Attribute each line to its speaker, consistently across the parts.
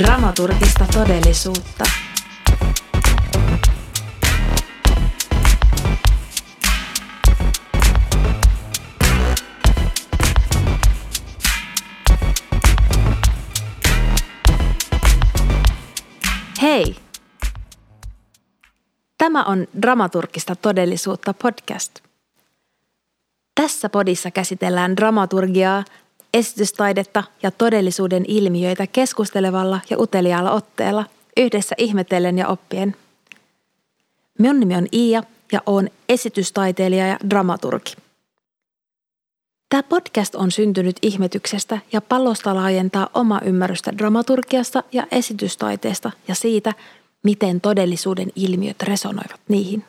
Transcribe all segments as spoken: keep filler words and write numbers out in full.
Speaker 1: Dramaturgista todellisuutta. Hei! Tämä on Dramaturgista todellisuutta podcast. Tässä podissa käsitellään dramaturgiaa, esitystaidetta ja todellisuuden ilmiöitä keskustelevalla ja uteliaalla otteella, yhdessä ihmetellen ja oppien. Minun nimi on Iia ja olen esitystaiteilija ja dramaturgi. Tämä podcast on syntynyt ihmetyksestä ja pallosta laajentaa omaa ymmärrystä dramaturgiasta ja esitystaiteesta ja siitä, miten todellisuuden ilmiöt resonoivat niihin.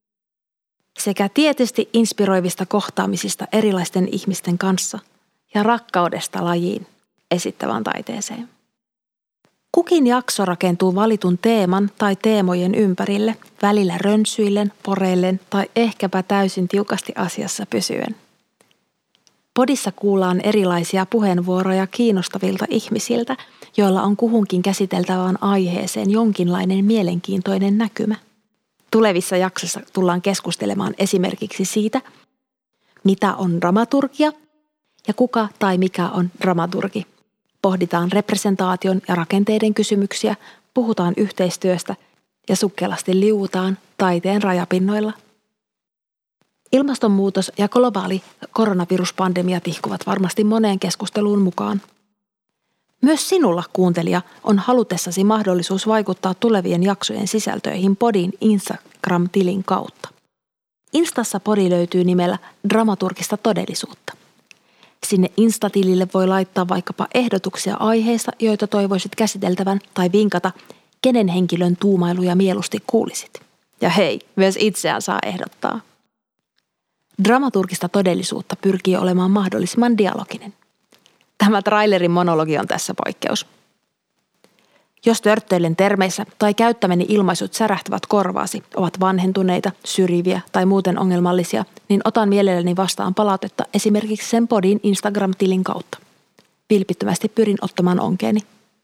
Speaker 1: Sekä tietysti inspiroivista kohtaamisista erilaisten ihmisten kanssa ja rakkaudesta lajiin esittävään taiteeseen. Kukin jakso rakentuu valitun teeman tai teemojen ympärille, välillä rönsyillen, poreillen tai ehkäpä täysin tiukasti asiassa pysyen. Podissa kuullaan erilaisia puheenvuoroja kiinnostavilta ihmisiltä, joilla on kuhunkin käsiteltävään aiheeseen jonkinlainen mielenkiintoinen näkymä. Tulevissa jaksoissa tullaan keskustelemaan esimerkiksi siitä, mitä on dramaturgia ja kuka tai mikä on dramaturgi. Pohditaan representaation ja rakenteiden kysymyksiä, puhutaan yhteistyöstä ja sukkelasti liuutaan taiteen rajapinnoilla. Ilmastonmuutos ja globaali koronaviruspandemia tihkuvat varmasti moneen keskusteluun mukaan. Myös sinulla, kuuntelija, on halutessasi mahdollisuus vaikuttaa tulevien jaksojen sisältöihin podin Instagram-tilin kautta. Instassa podi löytyy nimellä Dramaturgista todellisuutta. Sinne Insta-tilille voi laittaa vaikkapa ehdotuksia aiheista, joita toivoisit käsiteltävän, tai vinkata, kenen henkilön tuumailuja mieluusti kuulisit. Ja hei, myös itseään saa ehdottaa. Dramaturgista todellisuutta pyrkii olemaan mahdollisimman dialoginen. Tämä trailerin monologi on tässä poikkeus. Jos törttöilen termeissä tai käyttämäni ilmaisut särähtävät korvaasi, ovat vanhentuneita, syrjiviä tai muuten ongelmallisia, niin otan mielelläni vastaan palautetta esimerkiksi sen podin Instagram-tilin kautta. Vilpittömästi pyrin ottamaan onkeeni.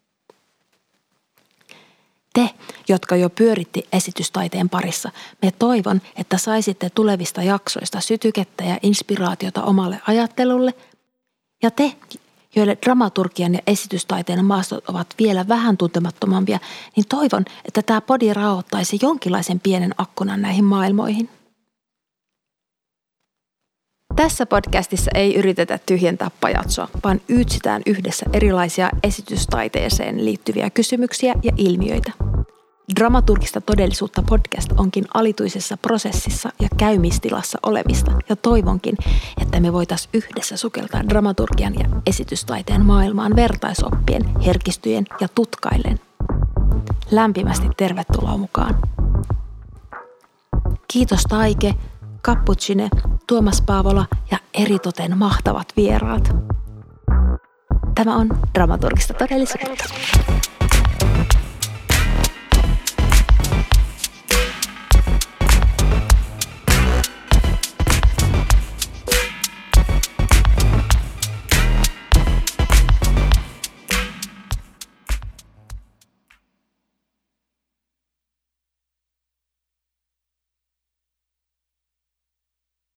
Speaker 1: Te, jotka jo pyöritti esitystaiteen parissa, me toivon, että saisitte tulevista jaksoista sytykettä ja inspiraatiota omalle ajattelulle. Ja te, joille dramaturgian ja esitystaiteen maastot ovat vielä vähän tuntemattomampia, niin toivon, että tämä podi raottaisi jonkinlaisen pienen akkunan näihin maailmoihin. Tässä podcastissa ei yritetä tyhjentää pajatsoa, vaan yytsitään yhdessä erilaisia esitystaiteeseen liittyviä kysymyksiä ja ilmiöitä. Dramaturgista todellisuutta podcast onkin alituisessa prosessissa ja käymistilassa olemista, ja toivonkin, että me voitaisiin yhdessä sukeltaa dramaturgian ja esitystaiteen maailmaan vertaisoppien, herkistyjen ja tutkaillen. Lämpimästi tervetuloa mukaan. Kiitos Taike, Cappuccine, Tuomas Paavola ja eritoten mahtavat vieraat. Tämä on Dramaturgista todellisuutta.